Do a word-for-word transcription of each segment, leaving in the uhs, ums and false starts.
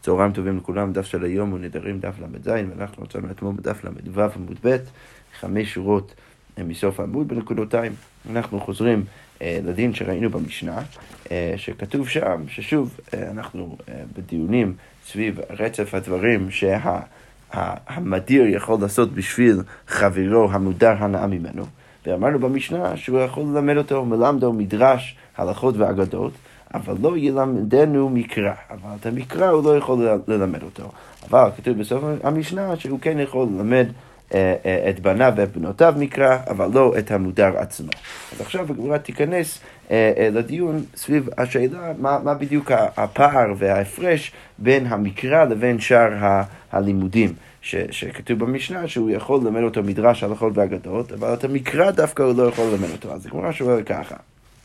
צהריים טובים לכולם, דף של היום הוא נדרים דף למד זין, ואנחנו רוצים להתמום בדף למד ו' עמוד ב', חמש שורות מסוף העמוד בנקודותיים. אנחנו חוזרים אה, לדין שראינו במשנה, אה, שכתוב שם, ששוב, אה, אנחנו אה, בדיונים סביב רצף הדברים שהמדיר יכול לעשות בשביל חברו המודר הנאה ממנו. ואמרנו במשנה שהוא יכול ללמד אותו, מלמדו מדרש, הלכות ואגדות, אבל לא ילמדנו מקרא, אבל את המקרא הוא לא יכול ללמד אותו. אבל כתוב בסוף המשנה שהוא כן יכול ללמד אה, אה, את בניו ואת בנותיו מקרא, אבל לא את המודר עצמו. אז עכשיו הגמרא תיכנס אה, אה, לדיון סביב השאלה מה, מה בדיוק הפער וההפרש בין המקרא לבין שאר ה, הלימודים. ש, שכתוב במשנה שהוא יכול ללמד אותו מדרש, הלכות ואגדות, אבל את המקרא דווקא הוא לא יכול ללמד אותו. אז הגמרא שואל ככה.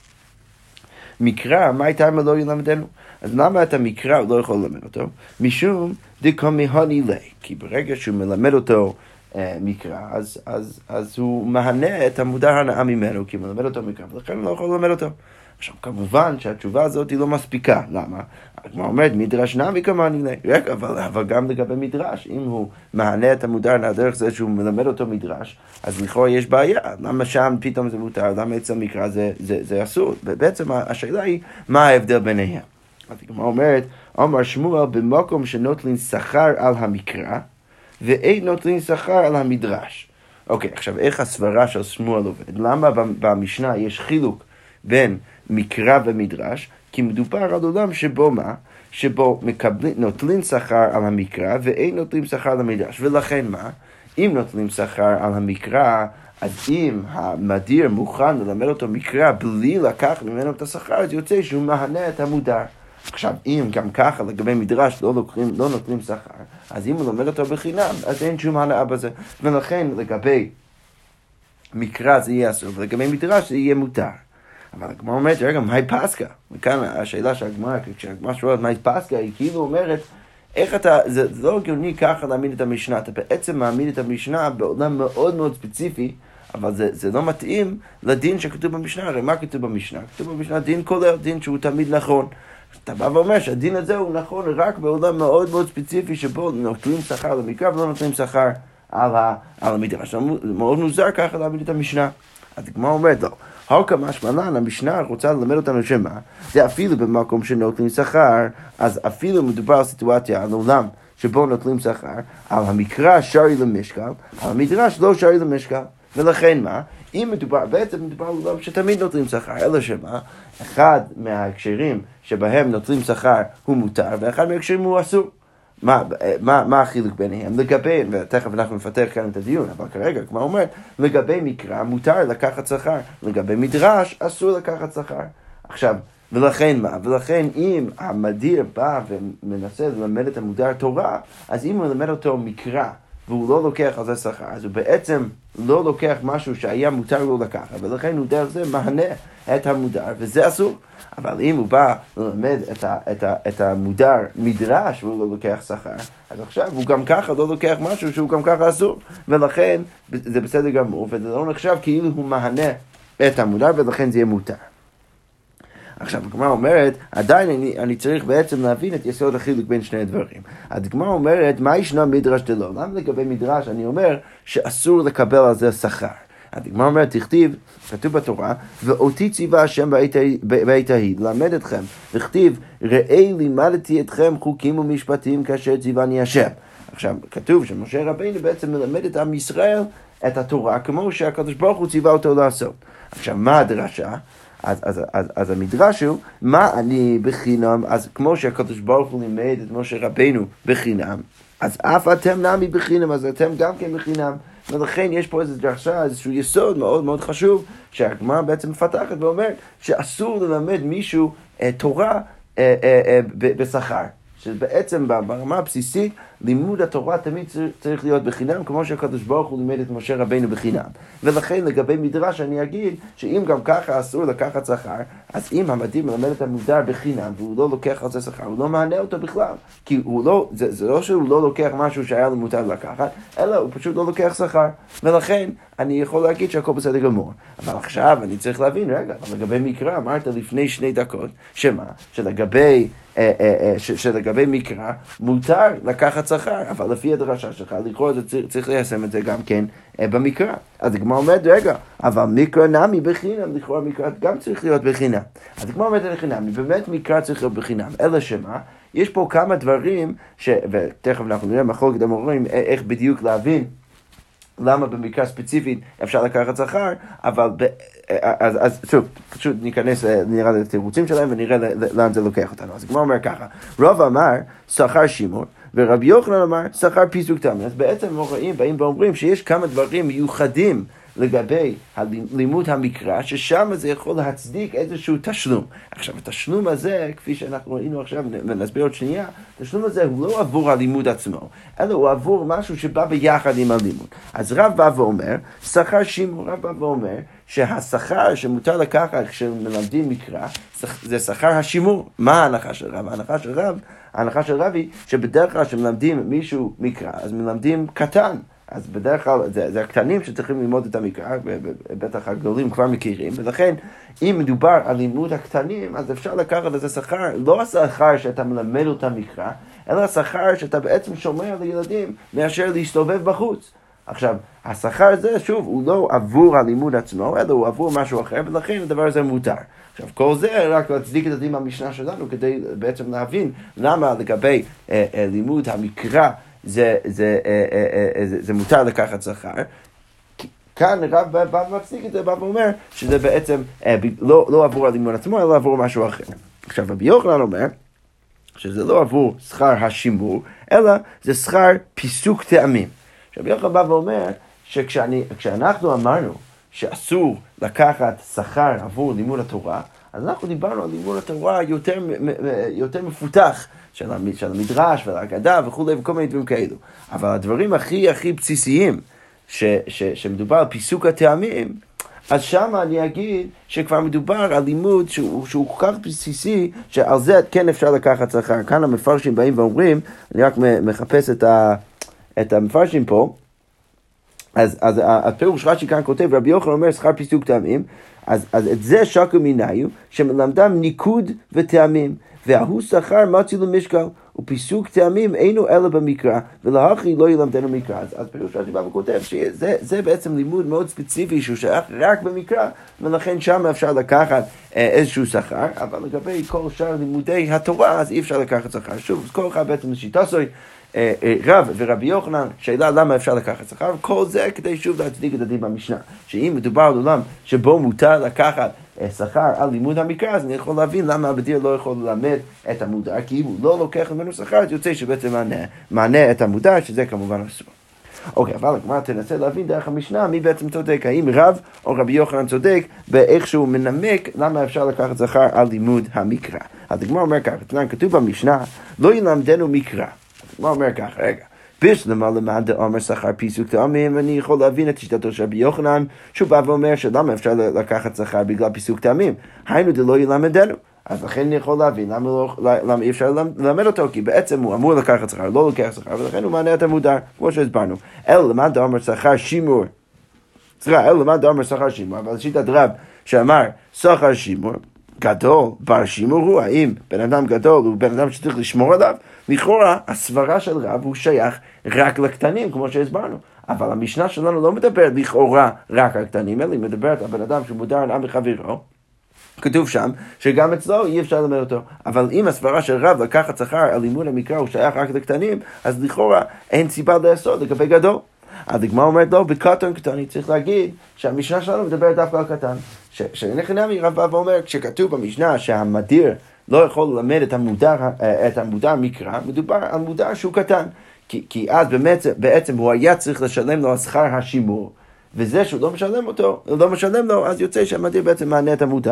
מקרא, מה הייתה אם לא ילמדנו? אז למה את המקרא הוא לא יכול ללמד אותו? משום דקמיהני לי, כי ברגע שהוא מלמד אותו אה, מקרא, אז, אז, אז הוא מהנה את המודר הנאה ממנו, כי הוא מלמד אותו מקרא, ולכן הוא לא יכול ללמד אותו. עכשיו, כמובן שהתשובה הזאת היא לא מספיקה. למה? כמו אומרת, מדרש נמי כמהני לי. אבל, אבל גם לגבי מדרש, אם הוא מהנה את המודר הנאה דרך זה שהוא מלמד אותו מדרש, אז לכאורה יש בעיה. למה שם פתאום זה מותר? למה אצל מקרא זה, זה, זה אסור? ובעצם השאלה היא, מה ההבדל ביניהם? אז כמו אומרת, אמר שמואל במקום שנוטלין שכר על המקרא, ואין נוטלין שכר על המדרש. אוקיי, עכשיו, איך הסברה של שמואל עובד? למה במשנה יש חילוק בין מקרא ומדרש? כי מדובר על עולם שבו מה? שבו מקבלים, נוטלים שכר על המקרא ואין נוטלים שכר על המדרש. ולכן מה? אם נוטלים שכר על המקרא, אז אם המדיר מוכן ללמד אותו מקרא בלי לקח ממנו את השכר, אז יוצא שהוא מהנה את המודר. עכשיו, אם גם ככה לגבי מדרש לא, לוקחים, לא נוטלים שכר, אז אם הוא לומד אותו בחינם, אז אין שום הנאה בזה. ולכן לגבי מקרא זה יהיה אסור, ולגבי מדרש זה יהיה מותר. אבל הגמרא אומרת, רגע, מהי פסקה? וכאן השאלה של הגמרא, כשהגמרא שואלת מהי פסקה, היא כאילו אומרת, איך אתה, זה, זה לא הגיוני ככה להעמיד את המשנה, אתה בעצם מעמיד את המשנה בעולם מאוד מאוד ספציפי, אבל זה, זה לא מתאים לדין שכתוב במשנה. הרי מה כתוב במשנה? כתוב במשנה דין כולל, דין שהוא תמיד נכון. אתה בא ואומר שהדין הזה הוא נכון רק בעולם מאוד מאוד ספציפי, שבו נוטלים שכר למקרא ולא נוטלים שכר על, ה, על המדרש. מאוד מוזר ככה להעמיד את המשנה. אז הגמרא אומרת לו, הוקא משמע לן, המשנה רוצה ללמד אותנו שמה, זה אפילו במקום שנוטלים שכר, אז אפילו מדובר על סיטואציה, על עולם שבו נוטלים שכר, על המקרא שרי למשקל, על המדרש לא שרי למשקל. ולכן מה? אם מדובר, בעצם מדובר על עולם שתמיד נוטלים שכר, אלא שמה? אחד מההקשרים שבהם נוטלים שכר הוא מותר, ואחד מההקשרים הוא אסור. מה, מה, מה החילוק ביניהם? לגבי, ותכף אנחנו נפתח כאן את הדיון, אבל כרגע, כמו אומרת, לגבי מקרא מותר לקחת שכר, לגבי מדרש אסור לקחת שכר. עכשיו, ולכן מה? ולכן אם המדיר בא ומנסה ללמד את המודר תורה, אז אם הוא ללמד אותו מקרא, והוא לא לוקח על זה שכר, אז הוא בעצם לא לוקח משהו שהיה מותר לו לקחת, ולכן הוא דרך זה מהנה את המודר, וזה אסור. אבל אם הוא בא ללמד את, ה, את, ה, את המודר מדרש והוא לא לוקח שכר, אז עכשיו הוא גם ככה לא לוקח משהו שהוא גם ככה אסור, ולכן זה בסדר גמור, וזה לא נחשב כאילו הוא מהנה את המודר, ולכן זה יהיה מותר. עכשיו, הגמרא אומרת, עדיין אני, אני צריך בעצם להבין את יסוד החילוק בין שני הדברים. הגמרא אומרת, מה ישנה מדרש דלא? למה לגבי מדרש אני אומר שאסור לקבל על זה שכר? הגמרא אומרת, תכתיב, כתוב בתורה, ואותי ציווה השם בעת ההיא, למד אתכם, וכתיב, ראה לימדתי אתכם חוקים ומשפטים כאשר ציווני השם. עכשיו, כתוב שמשה רבינו בעצם מלמד את עם ישראל את התורה, כמו שהקדוש ברוך הוא ציווה אותו לעשות. עכשיו, מה הדרשה? אז, אז, אז, אז המדרש הוא, מה אני בחינם, אז כמו שהקדוש ברוך הוא לימד את משה רבינו בחינם, אז אף אתם נמי בחינם, אז אתם גם כן בחינם. ולכן יש פה איזו דרשה, איזשהו יסוד מאוד מאוד חשוב, שהגמרא בעצם מפתחת ואומרת שאסור ללמד מישהו אה, תורה אה, אה, אה, בשכר. שבעצם ברמה הבסיסית, לימוד התורה תמיד צריך להיות בחינם, כמו שהקדוש ברוך הוא לימד את משה רבינו בחינם. ולכן לגבי מדרש אני אגיד, שאם גם ככה אסור לקחת שכר, אז אם המדיר מלמד את המודר בחינם, והוא לא לוקח על זה שכר, הוא לא מענה אותו בכלל. כי הוא לא, זה, זה לא שהוא לא לוקח משהו שהיה לו מותר לקחת, אלא הוא פשוט לא לוקח שכר. ולכן אני יכול להגיד שהכל בסדר גמור. אבל עכשיו אני צריך להבין, רגע, לגבי מקרא, אמרת לפני שני דקות, שמה? שלגבי, אה, אה, אה, ש, שלגבי מקרא מותר לקחת שכר, אבל לפי הדרשה שלך, לכאורה זה צריך, צריך ליישם את זה גם כן אה, במקרא. אז הגמרא אומרת, רגע, אבל מקרא נמי בחינם, לכאורה מקרא גם צריך להיות בחינם. אז הגמרא אומרת לחינם, באמת מקרא צריך להיות בחינם, אלא שמה? יש פה כמה דברים, ש... ותכף אנחנו נראה מחלוקת המורים איך בדיוק להבין למה במקרה ספציפית אפשר לקחת שכר, אבל ב... אז, אז שוב, פשוט ניכנס, נראה לתירוצים שלהם ונראה לאן זה לוקח אותנו. אז כמו אומר ככה, רב אמר שכר שימור, ורבי יוחנן אמר שכר פיסוק תמי. אז בעצם רואים, באים ואומרים שיש כמה דברים מיוחדים לגבי לימוד המקרא, ששם זה יכול להצדיק איזשהו תשלום. עכשיו, התשלום הזה, כפי שאנחנו ראינו עכשיו, ונסביר עוד שנייה, התשלום הזה הוא לא עבור הלימוד עצמו, אלא הוא עבור משהו שבא ביחד עם הלימוד. אז רב בא ואומר, שכר שימור, רב בא ואומר, שהשכר שמותר לקחת כשמלמדים מקרא, זה שכר השימור. מה ההנחה של רב? ההנחה של רב, ההנחה של רב היא שבדרך כלל שמלמדים מישהו מקרא, אז מלמדים קטן. אז בדרך כלל זה, זה הקטנים שצריכים ללמוד את המקרא, ובטח הגדולים כבר מכירים, ולכן אם מדובר על לימוד הקטנים, אז אפשר לקחת את השכר, לא השכר שאתה מלמד אותם מקרא, אלא השכר שאתה בעצם שומר לילדים מאשר להסתובב בחוץ. עכשיו, השכר הזה, שוב, הוא לא עבור הלימוד עצמו, אלא הוא עבור משהו אחר, ולכן הדבר הזה מותר. עכשיו, כל זה רק להצדיק את הדין במשנה שלנו, כדי בעצם להבין למה לגבי אה, אה, לימוד המקרא, זה, זה, אה, אה, אה, זה, זה מותר לקחת שכר. כאן רב בא ומצדיק את זה, בא ואומר שזה בעצם אה, לא, לא עבור הלימוד עצמו, אלא עבור משהו אחר. עכשיו, רבי יוחנן אומר שזה לא עבור שכר השימור, אלא זה שכר פיסוק טעמים. רבי יוחנן בא ואומר שכשאנחנו אמרנו שאסור לקחת שכר עבור לימוד התורה, אז אנחנו דיברנו על לימוד התורה יותר, יותר מפותח, של המדרש והאגדה וכו' וכל מיני דברים כאלו. אבל הדברים הכי הכי בסיסיים, ש, ש, שמדובר על פיסוק הטעמים, אז שם אני אגיד שכבר מדובר על לימוד שהוא, שהוא כל כך בסיסי, שעל זה כן אפשר לקחת שכר. כאן המפרשים באים ואומרים, אני רק מחפש את, ה, את המפרשים פה, אז, אז הפירוש רש"י כאן כותב, רבי יוחנן אומר שכר פיסוק טעמים, אז, אז את זה שקו מיניו, שמלמדם ניקוד וטעמים, והוא שכר מצי למשקל, ופיסוק טעמים אינו אלא במקרא, ולהכי לא ילמדנו מקרא. אז, אז פירוש רש"י בא וכותב שזה זה בעצם לימוד מאוד ספציפי, שהוא שייך רק במקרא, ולכן שם אפשר לקחת אה, איזשהו שכר, אבל לגבי כל שאר לימודי התורה, אז אי אפשר לקחת שכר. שוב, כל אחד בעצם לשיטה סוי, רב ורבי יוחנן, שאלה למה אפשר לקחת שכר, כל זה כדי שוב להצדיק את הדין במשנה, שאם מדובר על עולם שבו מותר לקחת שכר על לימוד המקרא, אז אני יכול להבין למה הבדיר לא יכול ללמד את המודר, כי אם הוא לא לוקח ממנו שכר, אז יוצא שבעצם מענה, מענה את המודר, שזה כמובן אסור. אוקיי, אבל הגמרא תנסה להבין דרך המשנה מי בעצם צודק, האם רב או רבי יוחנן צודק באיך שהוא מנמק למה אפשר לקחת שכר על לימוד המקרא. אז הגמרא אומר ככה, כתוב במשנה, לא ילמדנו מקרא. מה אומר כך? רגע. בשלמה למד דאמר שכר פיסוק טעמים, ואני יכול להבין את שיטתו של רבי יוחנן, שהוא בא ואומר שלמה אפשר לקחת שכר בגלל פיסוק טעמים. היינו דלא ילמדנו. אז לכן אני יכול להבין למה, לא, למה אי אפשר ללמד אותו, כי בעצם הוא אמור לקחת שכר, לא לוקח שכר, ולכן הוא מענה את המודר, כמו שהסברנו. אלא למד דאמר שכר שימור. סליחה, אלא למד דאמר שכר שימור, אבל שיטת רב שאמר שכר שימור, גדול, בר שימור הוא, האם בן אדם גדול הוא בן אדם שצריך לשמור עליו? לכאורה, הסברה של רב הוא שייך רק לקטנים, כמו שהסברנו. אבל המשנה שלנו לא מדברת לכאורה רק על קטנים, אלא היא מדברת על בן אדם שמודר על עם וחברו. כתוב שם שגם אצלו אי אפשר ללמד אותו. אבל אם הסברה של רב לקחת שכר על לימוד המקרא הוא שייך רק לקטנים, אז לכאורה אין סיבה לעשות לגבי גדול. אז הגמרא אומרת לו, בקטן קטני צריך להגיד שהמשנה שלנו מדברת דווקא על קטן. שנכנמי רב בא ואומר, כשכתוב במשנה שהמדיר לא יכול ללמד את המודר, את המודר מקרא, מדובר על מודר שהוא קטן. כי, כי אז בעצם, בעצם הוא היה צריך לשלם לו שכר השימור, וזה שהוא לא משלם אותו, לא משלם לו, אז יוצא שהמדיר בעצם מענה את המודר.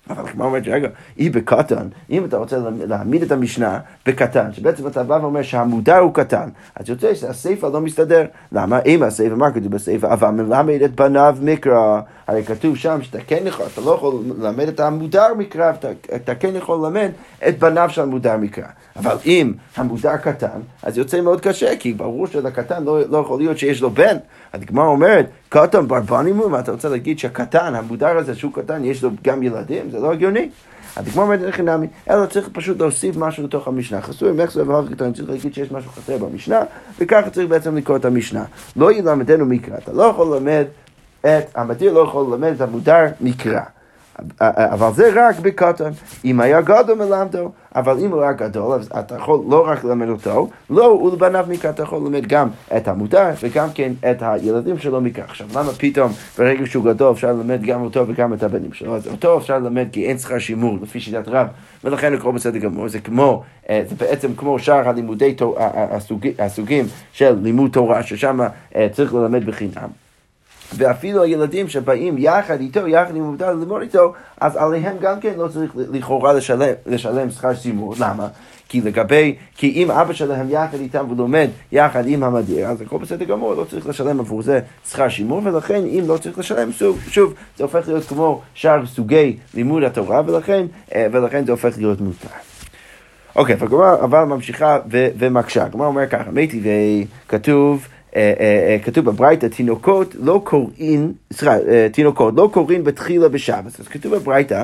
אבל הגמרא אומרת, רגע, היא בקטן, אם אתה רוצה להעמיד את המשנה בקטן, שבעצם אתה בא ואומר שהמודר הוא קטן, אז יוצא שהספר לא מסתדר. למה? אם הספר, מה כתוב בספר? אבל מלמד את בניו מקרא, הרי כתוב שם שאתה כן יכול, אתה לא יכול ללמד את המודר מקרא, אתה, אתה כן יכול ללמד את בניו של המודר מקרא. אבל אם המודר קטן, אז יוצא מאוד קשה, כי ברור שלקטן לא, לא יכול להיות שיש לו בן. הגמרא אומרת, קטן ברבנים הוא, מה אתה רוצה להגיד שהקטן, המודר הזה שהוא קטן, יש לו גם ילדים? זה לא הגיוני. הגמרא אומרת, איך נעמי, אלא צריך פשוט להוסיף משהו לתוך המשנה. חסוי, איך זה עבר קטן, צריך להגיד שיש משהו חסר במשנה, וככה צריך בעצם לקרוא את המשנה. לא ילמדנו מקרא, אתה לא יכול ללמד את, המתיר לא יכול ללמד את המודר מקרא. אבל זה רק בקטן. אם היה גדול מלמדו, אבל אם הוא היה גדול, אז אתה יכול לא רק ללמד אותו, לא, ולבניו מקרא, אתה יכול ללמד גם את המודר, וגם כן את הילדים שלו מקרא. עכשיו, למה פתאום ברגע שהוא גדול אפשר ללמד גם אותו וגם את הבנים שלו? אז אותו אפשר ללמד כי אין שכר שימור, לפי שיטת רב, ולכן לקרוא בסדר גמור. זה כמו, זה בעצם כמו שאר הלימודי, הסוגים של לימוד תורה, ששם צריך ללמד בחינם. ואפילו הילדים שבאים יחד איתו, יחד עם עובדה ללמוד איתו, אז עליהם גם כן לא צריך לכאורה לשלם, לשלם שכר שימור. למה? כי לגבי, כי אם אבא שלהם יחד איתם ולומד יחד עם המדיר, אז הכל בסדר גמור, לא צריך לשלם עבור זה שכר שימור, ולכן אם לא צריך לשלם, שוב, שוב זה הופך להיות כמו שאר סוגי לימוד התורה, ולכן, ולכן זה הופך להיות מותר. אוקיי, והגמרא אבל ממשיכה ומקשה. הגמרא אומר ככה, מתי וכתוב, כתוב בברייתא, תינוקות לא קוראים, תינוקות לא קוראים בתחילה בשבת. אז כתוב בברייתא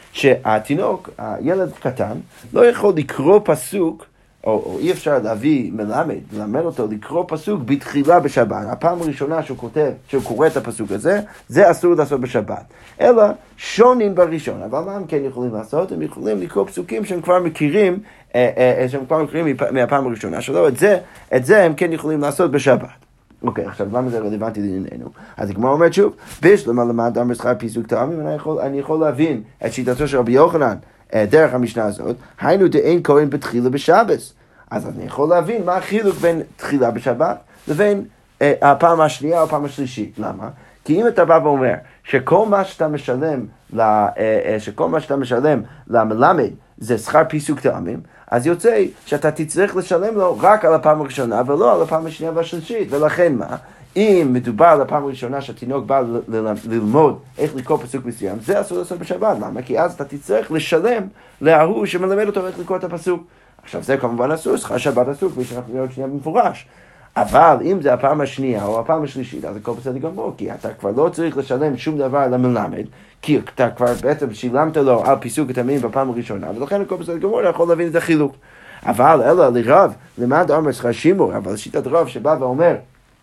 שהתינוק, הילד קטן, לא יכול לקרוא פסוק, או, או אי אפשר להביא מלמד, ללמד אותו לקרוא פסוק בתחילה בשבת. הפעם הראשונה שהוא כותב, שהוא קורא את הפסוק הזה, זה אסור לעשות בשבת. אלא שונים בראשון. אבל מה הם כן יכולים לעשות? הם יכולים לקרוא פסוקים שהם כבר מכירים, שהם כבר מכירים מהפעם הראשונה שלו. את זה, את זה הם כן יכולים לעשות בשבת. אוקיי, עכשיו למה זה רלוונטי לענייננו? אז הגמרא אומרת שוב, בשלמה למד אמר שכר פיסוק טעמים, אני יכול, אני יכול להבין את שיטתו של רבי יוחנן דרך המשנה הזאת, היינו דאין קוראים בתחילה בשבת. אז אני יכול להבין מה החילוק בין תחילה בשבת לבין אה, הפעם השנייה או הפעם השלישית. למה? כי אם אתה בא ואומר שכל מה שאתה משלם, לה, אה, שכל מה שאתה משלם למלמד זה שכר פיסוק טעמים, אז יוצא שאתה תצטרך לשלם לו רק על הפעם הראשונה ולא על הפעם השנייה והשלישית. ולכן מה? אם מדובר על הפעם הראשונה שהתינוק בא ללמוד איך לקרוא פסוק מסוים, זה אסור לעשות בשבת. למה? כי אז אתה תצטרך לשלם להוא שמלמד אותו איך לקרוא את הפסוק. עכשיו זה כמובן אסור, שכר שבת אסור, כפי שאנחנו נראה שנייה במפורש. אבל אם זה הפעם השנייה או הפעם השלישית, אז הכל בסדר גמור, כי אתה כבר לא צריך לשלם שום דבר למלמד, כי אתה כבר בעצם שילמת לו על פיסוק את המילים בפעם הראשונה, ולכן הכל בסדר גמור, אתה יכול להבין את החילוק. אבל אלא לרב, למד אמר שכר שימור, אבל שיטת רב שבא ואומר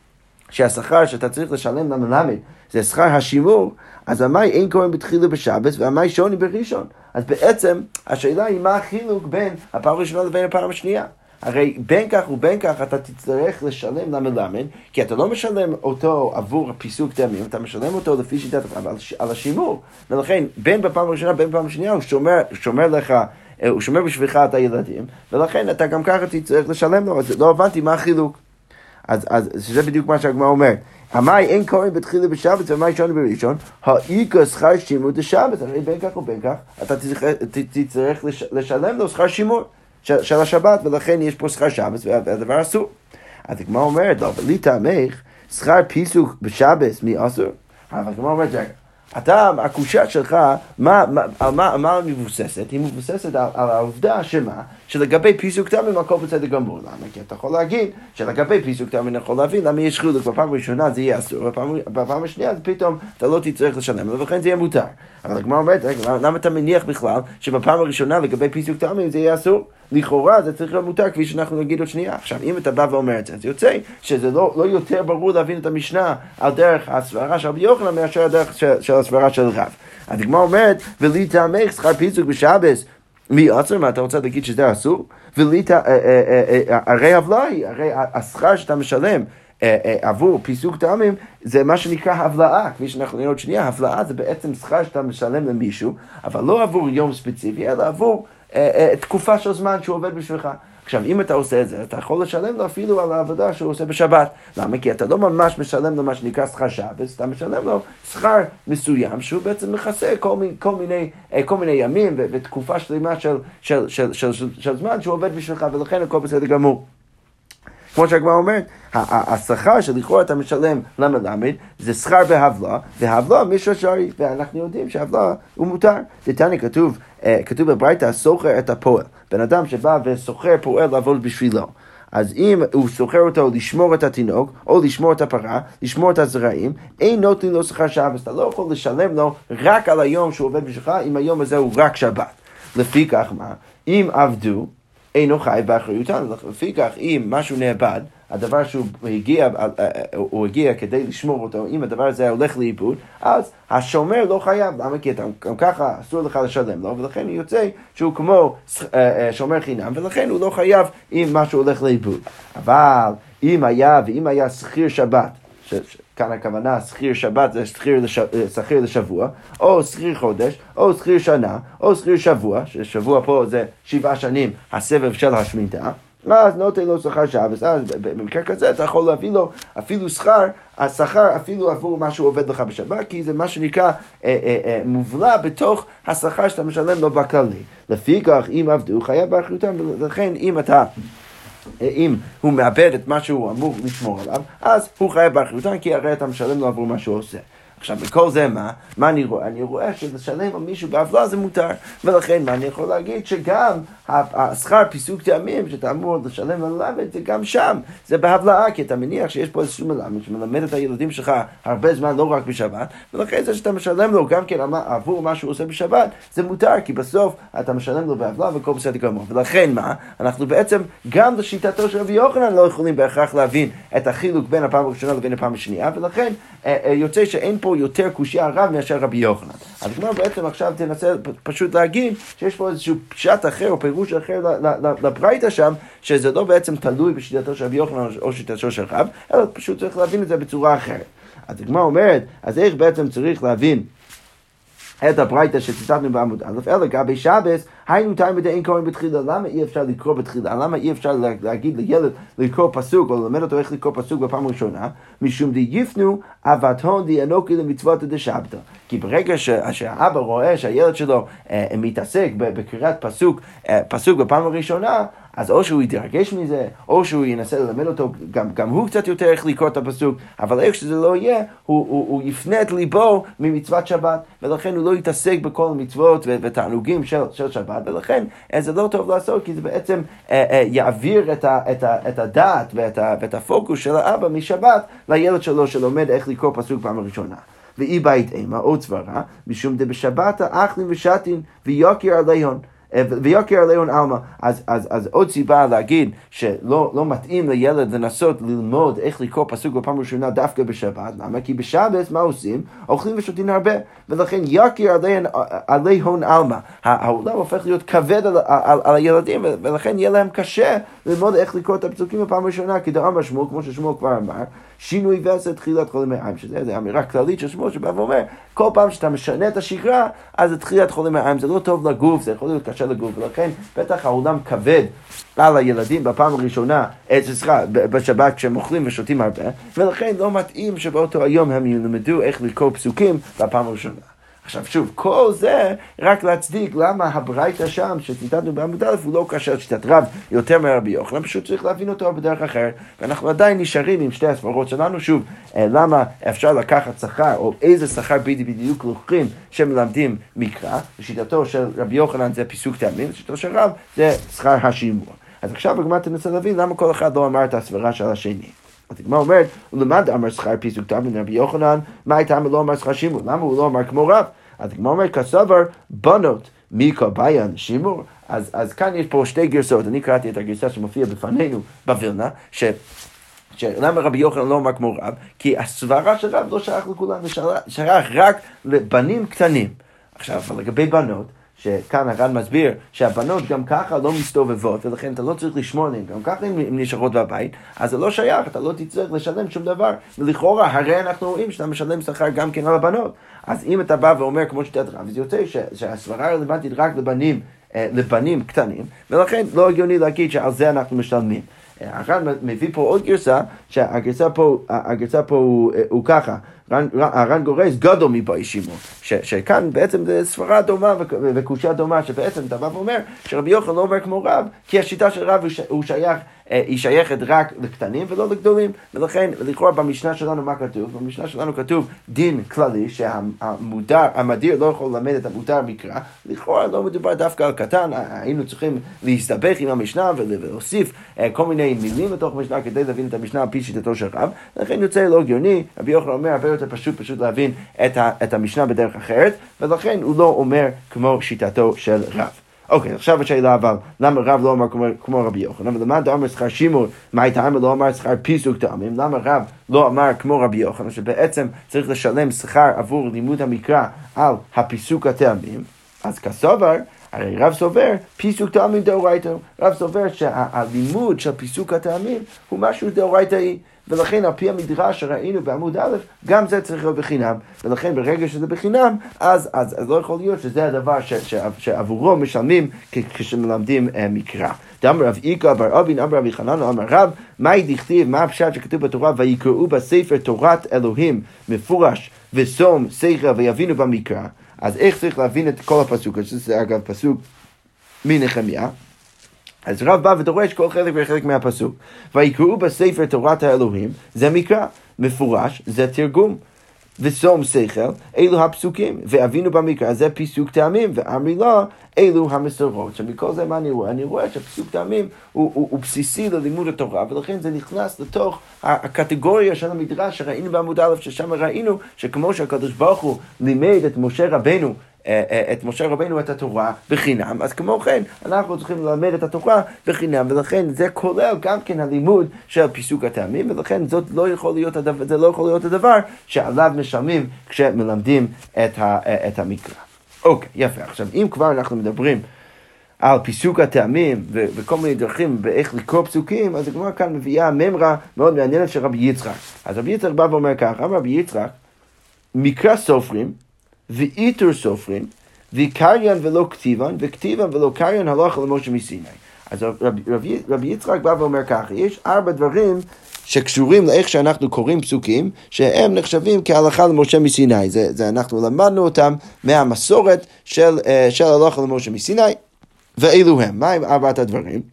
שהשכר שאתה צריך לשלם למלמד זה שכר השימור, אז המאי אין קוראים בתחילה בשבת והמאי שוני בראשון. אז בעצם השאלה היא מה החילוק בין הפעם הראשונה לבין הפעם השנייה. הרי בין כך ובין כך אתה תצטרך לשלם למלמד, כי אתה לא משלם אותו עבור הפיסוק טעמים, אתה משלם אותו לפי שיטת אבל על השימור. ולכן בין בפעם הראשונה בין בפעם השנייה הוא שומר, שומר לך, הוא שומר בשבילך את הילדים, ולכן אתה גם ככה תצטרך לשלם לו. אז לא הבנתי מה החילוק. אז, אז זה בדיוק מה שהגמרא אומרת. המאי אין קוראים בתחילה בשבת והמאי שוני בראשון, האיכא שכר שימור דשבת. הרי בין כך ובין כך אתה תצטרך לשלם לו שכר שימור של, של השבת, ולכן יש פה שכר שבת והדבר אסור. אז הגמרא אומרת, לא, אבל לי טעמך, שכר פיסוק בשבת מי אסור? אבל הגמרא אומרת, רגע, אתה, הקושיה שלך, מה, מה, על מה, מה מבוססת? היא מבוססת על, על העובדה שמה? שלגבי פיסוק טעמים הכל בסדר גמור. למה? כי אתה יכול להגיד שלגבי פיסוק טעמים אני יכול להבין למה יש חילוק. בפעם הראשונה זה יהיה אסור, בפעם, בפעם השנייה פתאום אתה לא תצטרך לשלם, ולכן זה יהיה מותר. אבל הגמרא אומרת, למה אתה מניח בכלל שבפעם הראשונה לגבי פיסוק טעמים זה יהיה אסור? לכאורה זה צריך להיות מותר כפי שאנחנו נגיד עוד שנייה. עכשיו, אם אתה בא ואומר את זה, אז יוצא שזה לא, לא יותר ברור להבין את המשנה על דרך הסברה של רבי יוחנן מאשר הדרך של, של הסברה של רב. הדגמרא אומרת, ולי טעמך שכר פיסוק בשבת מי אסור? מה אתה רוצה להגיד שזה אסור? ולי הרי הבלעי, הרי השכר שאתה משלם עבור פיסוק טעמים זה מה שנקרא הבלעה, כפי שאנחנו נראה עוד שנייה. הבלעה זה בעצם שכר שאתה משלם למישהו, אבל לא עבור יום ספציפי, אלא עבור תקופה של זמן שהוא עובד בשבילך. עכשיו, אם אתה עושה את זה, אתה יכול לשלם לו אפילו על העבודה שהוא עושה בשבת. למה? כי אתה לא ממש משלם לו מה שנקרא שכר שבת, אתה משלם לו שכר מסוים, שהוא בעצם מכסה כל מיני, כל מיני, כל מיני ימים ותקופה שלמה של, של, של, של, של, של זמן שהוא עובד בשבילך, ולכן הכל בסדר גמור. כמו שהגמרא אומרת, השכר שלכאורה אתה משלם למלמד זה שכר בהבלה, והבלה מישהו שרי, ואנחנו יודעים שהבלה הוא מותר. דתניא כתוב, כתוב בברייתא, סוחר את הפועל. בן אדם שבא וסוחר פועל לעבוד בשבילו. אז אם הוא סוחר אותו לשמור את התינוק, או לשמור את הפרה, לשמור את הזרעים, אין נותנים לו שכר שבת. אתה לא יכול לשלם לו רק על היום שהוא עובד בשבילך, אם היום הזה הוא רק שבת. לפי כך מה? אם עבדו, אינו חי באחריותן. לפי כך, אם משהו נאבד, הדבר שהוא הגיע, הוא הגיע כדי לשמור אותו, אם הדבר הזה הולך לאיבוד, אז השומר לא חייב. למה? כי גם ככה אסור לך לשלם לו, ולכן הוא יוצא שהוא כמו שומר חינם, ולכן הוא לא חייב אם משהו הולך לאיבוד. אבל אם היה, ואם היה שכיר שבת, כאן הכוונה, שכיר שבת זה שכיר, לש... שכיר לשבוע, או שכיר חודש, או שכיר שנה, או שכיר שבוע, ששבוע פה זה שבעה שנים, הסבב של השמיטה, אז נותן לו שכר שבת, אז במקרה כזה אתה יכול להביא לו אפילו שכר, השכר אפילו עבור מה שהוא עובד לך בשבת, כי זה מה שנקרא אה, אה, אה, מובלע בתוך השכר שאתה משלם לו בכללי. לפי כך, אם עבדו, חייב באחריותם, ולכן אם אתה... אם הוא מאבד את מה שהוא אמור לשמור עליו, אז הוא חייב באחריותן, כי הרי אתה משלם לו עבור מה שהוא עושה. עכשיו, בכל זה מה? מה אני רואה? אני רואה שלשלם על מישהו בהבלה זה מותר, ולכן מה אני יכול להגיד? שגם השכר פיסוק טעמים שאתה אמור לשלם ללמד, זה גם שם, זה בהבלעה, כי אתה מניח שיש פה איזשהו מלמד שמלמד את הילדים שלך הרבה זמן, לא רק בשבת, ולכן זה שאתה משלם לו גם כן עבור מה שהוא עושה בשבת, זה מותר, כי בסוף אתה משלם לו בהבלה וכל בסדר גמור. ולכן מה? אנחנו בעצם גם לשיטתו של רבי יוחנן לא יכולים בהכרח להבין את החילוק בין הפעם הראשונה לבין הפעם השנייה, ולכן יוצא שאין פה יותר קושיה רב מאשר רבי יוחנן. אז כמו בעצם עכשיו תנסה פשוט להגיד שיש פה איזשהו פשט אחר או פירוש אחר לברייתא שם, שזה לא בעצם תלוי בשיטתו של רבי יוחנן או שיטתו של רב, אלא פשוט צריך להבין את זה בצורה אחרת. אז כמו אומרת, אז איך בעצם צריך להבין את הברייתא שציטטנו בעמוד א', אלא לגבי שבס, היינו תאים בדין קוראים בתחילה. למה אי אפשר לקרוא בתחילה? למה אי אפשר להגיד לילד לקרוא פסוק, או ללמד אותו איך לקרוא פסוק בפעם הראשונה? משום די יפנו, אבת הון די אנוכי למצוות דשבתא. כי ברגע שהאבא רואה שהילד שלו אה, מתעסק בקריאת פסוק, אה, פסוק בפעם הראשונה, אז או שהוא יתרגש מזה, או שהוא ינסה ללמד אותו, גם, גם הוא קצת יותר איך לקרוא את הפסוק, אבל איך שזה לא יהיה, הוא, הוא, הוא יפנה את ליבו ממצוות שבת, ולכן הוא לא יתעסק בכל המצוות ותענוגים של, של שבת, ולכן זה לא טוב לעשות, כי זה בעצם אה, אה, יעביר את, ה, את, ה, את הדעת ואת, ה, ואת הפוקוס של האבא משבת לילד שלו שלומד איך לקרוא פסוק פעם הראשונה. ואי בית אימה, עוד סברה, משום דבשבת אכלים ושתין ויוקר עליהון. ויוקר עליהון אלמה. אז, אז, אז עוד סיבה להגיד שלא לא מתאים לילד לנסות ללמוד איך לקרוא פסוק בפעם ראשונה דווקא בשבת. למה? כי בשבת מה עושים? אוכלים ושותים הרבה. ולכן יוקר עליהון, עליהון אלמה. העולם הופך להיות כבד על, על, על הילדים, ולכן יהיה להם קשה ללמוד איך לקרוא את הפסוקים בפעם ראשונה, כי דאמר שמואל, כמו ששמואל כבר אמר, שינוי ועשה תחילת חולי מעיים, שזה אמירה כללית של שמואל שבא ואומר, כל פעם שאתה משנה את השגרה, אז תחילת חולי מעיים, זה לא טוב לגוף, זה יכול להיות קשה לגוף, ולכן בטח העולם כבד על הילדים בפעם הראשונה, סליחה, בשבת כשהם אוכלים ושותים הרבה, ולכן לא מתאים שבאותו היום הם ילמדו איך לקרוא פסוקים בפעם הראשונה. עכשיו שוב, כל זה רק להצדיק למה הברייתא שם שציטטנו בעמוד א' הוא לא קשה שיטת רב יותר מרבי יוחנן, פשוט צריך להבין אותו בדרך אחרת, ואנחנו עדיין נשארים עם שתי הסברות שלנו. שוב, למה אפשר לקחת שכר, או איזה שכר בדיוק לוקחים שמלמדים מקרא, ושיטתו של רבי יוחנן זה פיסוק טעמים, ושיטתו של רב זה שכר השימור. אז עכשיו בגמרא תנסה להבין למה כל אחד לא אמר את הסברה של השני. אז הגמרא אומרת, ולמד אמר שכר פיסוק טעמים רבי יוחנן, מה הייתה לא אמר שכר שימור? למה הוא לא אמר כמו רב? אז הגמרא אומרת, כסבר בנות מיקה ביין שימור. אז, אז כאן יש פה שתי גרסאות. אני קראתי את הגרסה שמופיעה בפנינו בווילנה, ש... שלמה רבי יוחנן לא אמר כמו רב? כי הסברה של רב לא שייך לכולם, שייך רק לבנים קטנים. עכשיו, לגבי בנות, שכאן הר"ן מסביר שהבנות גם ככה לא מסתובבות, ולכן אתה לא צריך לשמור עליהן, גם ככה הן נשארות בבית, אז זה לא שייך, אתה לא תצטרך לשלם שום דבר. ולכאורה, הרי אנחנו רואים שאתה משלם שכר גם כן על הבנות. אז אם אתה בא ואומר כמו שיטת רב, זה יוצא שהסברה רלוונטית רק לבנים לבנים קטנים, ולכן לא הגיוני להגיד שעל זה אנחנו משלמים. הר"ן מביא פה עוד גרסה, שהגרסה פה, הגרסה פה הוא, הוא ככה, הר"ן גורס גדול מבאי שמעון, שכאן בעצם זה סברה דומה וקושיה דומה, שבעצם אתה בא ואומר שרבי יוחנן לא אומר כמו רב, כי השיטה של רב הוא שייך, היא שייכת רק לקטנים ולא לגדולים, ולכן לכאורה במשנה שלנו מה כתוב? במשנה שלנו כתוב דין כללי שהמודר, המדיר לא יכול ללמד את המותר מקרא, לכאורה לא מדובר דווקא על קטן, היינו צריכים להסתבך עם המשנה ולהוסיף כל מיני מילים לתוך המשנה כדי להבין את המשנה על פי שיטתו של רב, לכן יוצא לא הגיוני, רבי יוחנן אומר הרבה יותר פשוט פשוט להבין את, ה, את המשנה בדרך אחרת, ולכן הוא לא אומר כמו שיטתו של רב. אוקיי, עכשיו השאלה אבל, למה רב לא אמר כמו, כמו רבי יוחנן? ולמה אמר שכר שימור, מה הייתה אמר לא אמר שכר פיסוק טעמים? למה רב לא אמר כמו רבי יוחנן, שבעצם צריך לשלם שכר עבור לימוד המקרא על הפיסוק הטעמים? אז כסובר, הרי רב סובר, פיסוק טעמים דאורייתא, רב סובר שהלימוד של פיסוק הטעמים הוא משהו דאורייתאי, ולכן על פי המדרש שראינו בעמוד א', גם זה צריך להיות בחינם, ולכן ברגע שזה בחינם, אז, אז, אז לא יכול להיות שזה הדבר ש, ש, שעבורו משלמים כשמלמדים uh, מקרא. דאמר רב איקרא בר אבין אמר רבי חנניה אמר רב, מהי דכתיב, מה הפשט שכתוב בתורה, ויקראו בספר תורת אלוהים מפורש ושום שכל ויבינו במקרא, אז איך צריך להבין את כל הפסוק? זה אגב פסוק מנחמיה. אז רב בא ודורש כל חלק וחלק מהפסוק. ויקראו בספר תורת האלוהים, זה מקרא, מפורש, זה תרגום. ושום שכל, אלו הפסוקים, ואבינו במקרא, זה פיסוק טעמים, ואמרי לה, אלו המסורות. שמכל זה מה אני רואה? אני רואה שפיסוק טעמים הוא, הוא, הוא בסיסי ללימוד התורה, ולכן זה נכנס לתוך הקטגוריה של המדרש שראינו בעמוד א', ששם ראינו שכמו שהקדוש ברוך הוא לימד את משה רבנו, את משה רבנו את התורה בחינם, אז כמו כן אנחנו צריכים ללמד את התורה בחינם, ולכן זה כולל גם כן הלימוד של פיסוק הטעמים, ולכן זאת לא יכול להיות הדבר, זה לא יכול להיות הדבר שעליו משלמים כשמלמדים את, ה, את המקרא. אוקיי, יפה. עכשיו אם כבר אנחנו מדברים על פיסוק הטעמים ו- וכל מיני דרכים באיך לקרוא פסוקים, אז הגמרא כאן מביאה ממרה מאוד מעניינת של רבי יצחק. אז רבי יצחק בא ואומר כך, אמר רבי יצחק, מקרא סופרים ואיתור סופרים, וקריין ולא כתיבן, וכתיבן ולא קריין הלכה למשה מסיני. אז רבי, רבי, רבי יצחק בא ואומר ככה, יש ארבע דברים שקשורים לאיך שאנחנו קוראים פסוקים, שהם נחשבים כהלכה למשה מסיני. זה, זה אנחנו למדנו אותם מהמסורת של, של הלכה למשה מסיני, ואלו הם. מה הם ארבעת הדברים?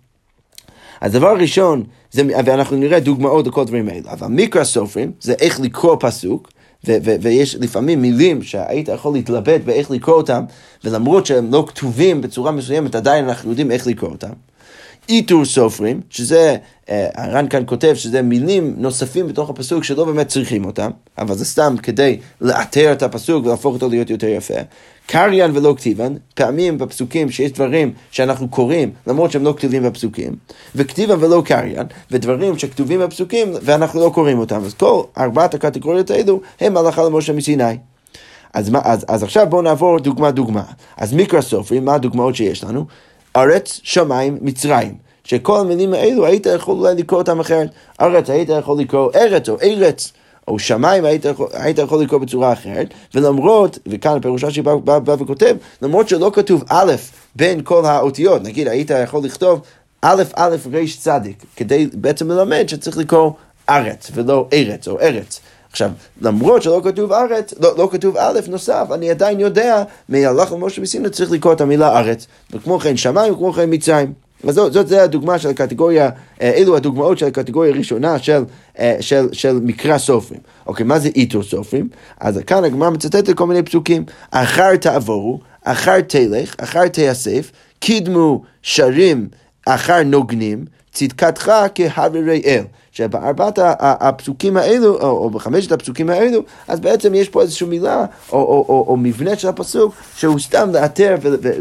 אז דבר ראשון, זה, ואנחנו נראה דוגמאות לכל דברים האלה, אבל מקרא סופרים זה איך לקרוא פסוק, ו- ו- ויש לפעמים מילים שהיית יכול להתלבט באיך לקרוא אותם, ולמרות שהם לא כתובים בצורה מסוימת, עדיין אנחנו יודעים איך לקרוא אותם. איתור סופרים, שזה, הר"ן כאן כותב שזה מילים נוספים בתוך הפסוק שלא באמת צריכים אותם, אבל זה סתם כדי לאתר את הפסוק ולהפוך אותו להיות יותר יפה. קריין ולא כתיבן, פעמים בפסוקים שיש דברים שאנחנו קוראים למרות שהם לא כתובים בפסוקים, וכתיבן ולא קריין, ודברים שכתובים בפסוקים ואנחנו לא קוראים אותם. אז כל ארבעת הקטגוריות האלו הם הלכה למשה מסיני. אז, אז, אז עכשיו בואו נעבור דוגמה דוגמה. אז מקרא סופרים, מה הדוגמאות שיש לנו? ארץ, שמיים, מצרים. שכל המילים האלו היית יכול אולי לקרוא אותם אחרת. ארץ היית יכול לקרוא ארץ או ארץ, או שמיים היית, היית יכול לקרוא בצורה אחרת, ולמרות, וכאן הפירושה שבא בא, בא וכותב, למרות שלא כתוב א' בין כל האותיות, נגיד היית יכול לכתוב א' א' ריש צדיק, כדי בעצם ללמד שצריך לקרוא ארץ ולא ארץ או ארץ. עכשיו, למרות שלא כתוב ארץ, לא, לא כתוב א' נוסף, אני עדיין יודע, מהלכה למשה מסיני צריך לקרוא את המילה ארץ, וכמו כן שמיים וכמו כן מצרים. אז זאת, זאת זה הדוגמה של הקטגוריה, אלו הדוגמאות של הקטגוריה הראשונה של, של, של מקרא סופרים. אוקיי, מה זה איתור סופרים? אז כאן הגמרא מצטטת כל מיני פסוקים, אחר תעבורו, אחר תלך, אחר תיאסף, קידמו שרים, אחר נוגנים, צדקתך כהררי אל. שבארבעת הפסוקים האלו, או, או בחמשת הפסוקים האלו, אז בעצם יש פה איזושהי מילה, או, או, או, או מבנה של הפסוק, שהוא סתם לאתר,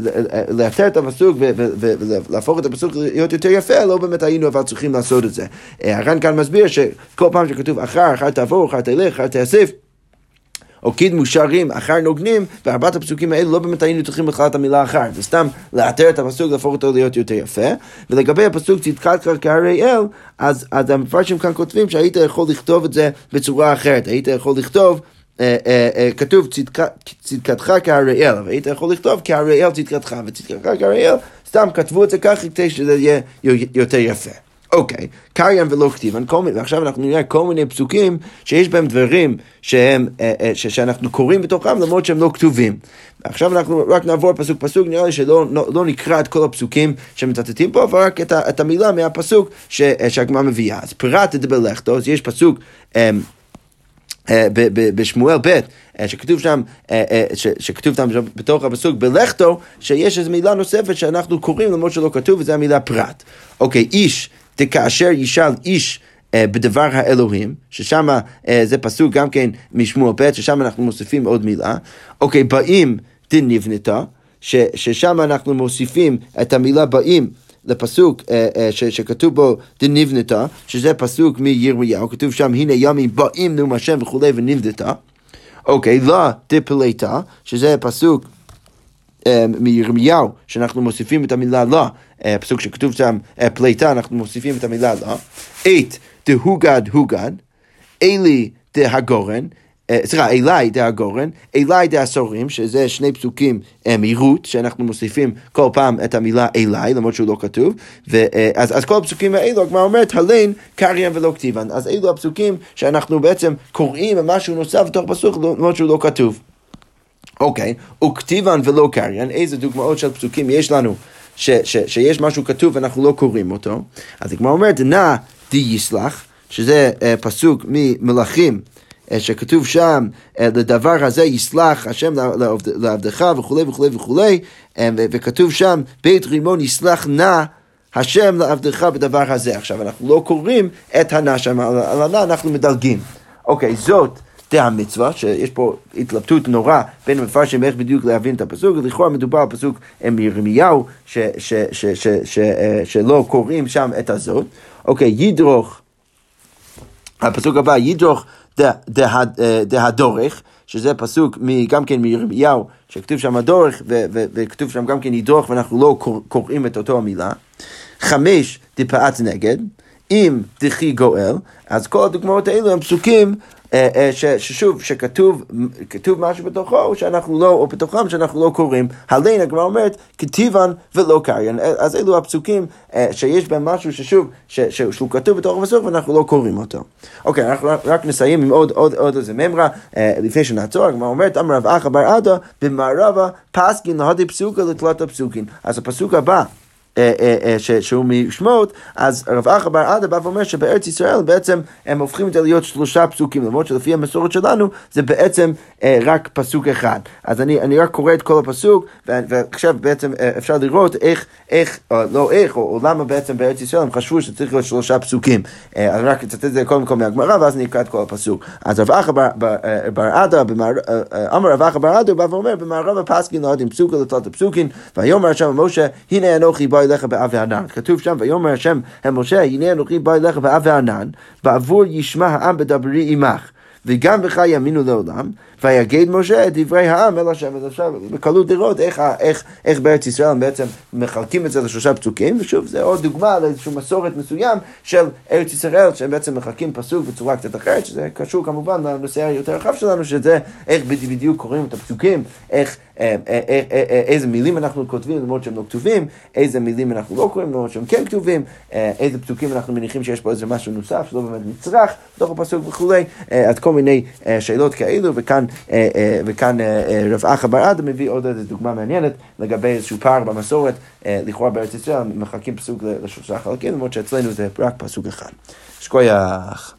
לאתר את הפסוק, ולהפוך את הפסוק להיות יותר יפה, לא באמת היינו אבל צריכים לעשות את זה. הר"ן כאן מסביר שכל פעם שכתוב אחר, אחר תעבור, אחר תלך, אחר תאסף, או קידמו שרים, אחר נוגנים, וארבעת הפסוקים האלו לא באמת היינו צריכים בכלל את המילה אחר, זה סתם לאתר את הפסוק, להפוך אותו להיות יותר יפה. ולגבי הפסוק צדקתך כהררי אל, אז, אז המפרשים כאן כותבים שהיית יכול לכתוב את זה בצורה אחרת, היית יכול לכתוב כתוב צדקתך כהראל, והיית יכול לכתוב כהראל צדקתך, וצדקתך כהראל, סתם כתבו את זה ככה כדי שזה יהיה יותר יפה. אוקיי, קריין ולא כתיבן, ועכשיו אנחנו נראה כל מיני פסוקים שיש בהם דברים שהם, שאנחנו קוראים בתוכם למרות שהם לא כתובים. עכשיו אנחנו רק נעבור פסוק פסוק, נראה לי שלא לא, לא נקרא את כל הפסוקים שמצטטים פה, אבל רק את, את המילה מהפסוק שהגמרא מביאה. אז פירטת בלכתו, אז יש פסוק בשמואל ב' שכתוב שם, שכתוב שם בתוך הפסוק בלכתו, שיש איזו מילה נוספת שאנחנו קוראים למרות שלא כתוב, וזו המילה פרט. אוקיי, איש, כאשר ישאל איש בדבר האלוהים, ששם זה פסוק גם כן משמואל ב', ששם אנחנו מוסיפים עוד מילה. אוקיי, באים דנבנתה, ששם אנחנו מוסיפים את המילה באים לפסוק שכתוב בו דנבנתה, שזה פסוק מירמיהו, כתוב שם הנה ימים באים נאום השם וכולי ונבנתה. אוקיי, לא דפלטה, שזה פסוק מירמיהו, שאנחנו מוסיפים את המילה לא, פסוק שכתוב שם פליטה, אנחנו מוסיפים את המילה לא. עת דהוגד הוגד, אלי דהגורן, סליחה, אלי דהגורן, אלי דהסורים, שזה שני פסוקים מרות, שאנחנו מוסיפים כל פעם את המילה אלי, למרות שהוא לא כתוב, אז, אז כל הפסוקים האלו, הגמרא אומרת, הלן קריין ולא כתיבן, אז אלו הפסוקים שאנחנו בעצם קוראים משהו נוסף בתוך פסוק, למרות שהוא לא כתוב. אוקיי, וכתיבן ולא קריין, איזה דוגמאות של פסוקים יש לנו, ש, ש, שיש משהו כתוב ואנחנו לא קוראים אותו. אז הגמרא אומרת, נא די יסלח, שזה uh, פסוק ממלכים, uh, שכתוב שם, uh, לדבר הזה יסלח השם לעבדך וכו' וכו' וכו', uh, וכתוב שם, בית רימון יסלח נא השם לעבדך בדבר הזה. עכשיו אנחנו לא קוראים את הנא שם, על הנא אנחנו מדלגים. אוקיי, זאת זה המצווה, שיש פה התלבטות נורא בין המפרשים איך בדיוק להבין את הפסוק, ולכאורה מדובר על פסוק מירמיהו שלא קוראים שם את הזאת. אוקיי, ידרוך, הפסוק הבא, ידרוך דהדורך, שזה פסוק גם כן מירמיהו, שכתוב שם הדורך, וכתוב שם גם כן ידרוך, ואנחנו לא קוראים את אותו המילה. חמש, דפאת נגד, אם דחי גואל, אז כל הדוגמאות האלו הם פסוקים, ששוב, שכתוב כתוב משהו בתוכו, שאנחנו לא, או בתוכם שאנחנו לא קוראים. הלן, הגמרא אומרת, כתיבן ולא קריין. אז אלו הפסוקים שיש בהם משהו ששוב, שהוא כתוב בתוך הפסוק, ואנחנו לא קוראים אותו. אוקיי, אנחנו רק נסיים עם עוד, עוד, עוד איזה ממרה, לפני שנעצור. הגמרא אומרת, אמר רב אחא בר עדה, במערבה, פסקין להדי פסוקה לתלת הפסוקין. אז הפסוק הבא, שהוא משמות, אז רב אחא בר עדה בא ואומר שבארץ ישראל בעצם הם הופכים את זה להיות שלושה פסוקים, למרות שלפי המסורת שלנו זה בעצם רק פסוק אחד. אז אני, אני רק קורא את כל הפסוק, ועכשיו בעצם אפשר לראות איך, איך, או לא איך, או, או למה בעצם בארץ ישראל הם חשבו שצריך להיות שלושה פסוקים. אז רק אצטט את זה קודם כל מהגמרא, ואז אני אקרא את כל הפסוק. אז רב אחא בר עדה, אמר רב אחא בר עדה, בא ואומר, במערבה פסקין להדים פסוקה לתלת הפסוקין, ויאמר השם משה, הנה אנוכי בא אליך באב וענן. כתוב שם, ויאמר השם אל משה, הנה אנוכי בא אליך באב וענן, בעבור ישמע העם בדברי עמך, וגם בך יאמינו לעולם, ויגד משה את דברי העם אל השם. עכשיו בקלות לראות איך, איך, איך בארץ ישראל בעצם מחלקים את זה לשלושה פסוקים, ושוב זה עוד דוגמה לאיזושהי מסורת מסוים של ארץ ישראל, שהם בעצם מחלקים פסוק בצורה קצת אחרת, שזה קשור כמובן לנושא היותר רחב שלנו, שזה איך בדיוק קוראים את הפסוקים, איך, איזה מילים אנחנו כותבים למרות שהם לא כתובים, איזה מילים אנחנו לא קוראים למרות שהם כן כתובים, איזה פסוקים אנחנו מניחים שיש פה איזה משהו נוסף שלא באמת מצרך בתוך הפסוק וכולי. אז כל מיני שאלות כאלו, וכאן וכאן רב אחא בר עדה מביא עוד איזו דוגמה מעניינת לגבי איזשהו פער במסורת, לכאורה בארץ ישראל מחלקים פסוק לשלושה חלקים, למרות שאצלנו זה רק פסוק אחד. שכוייח.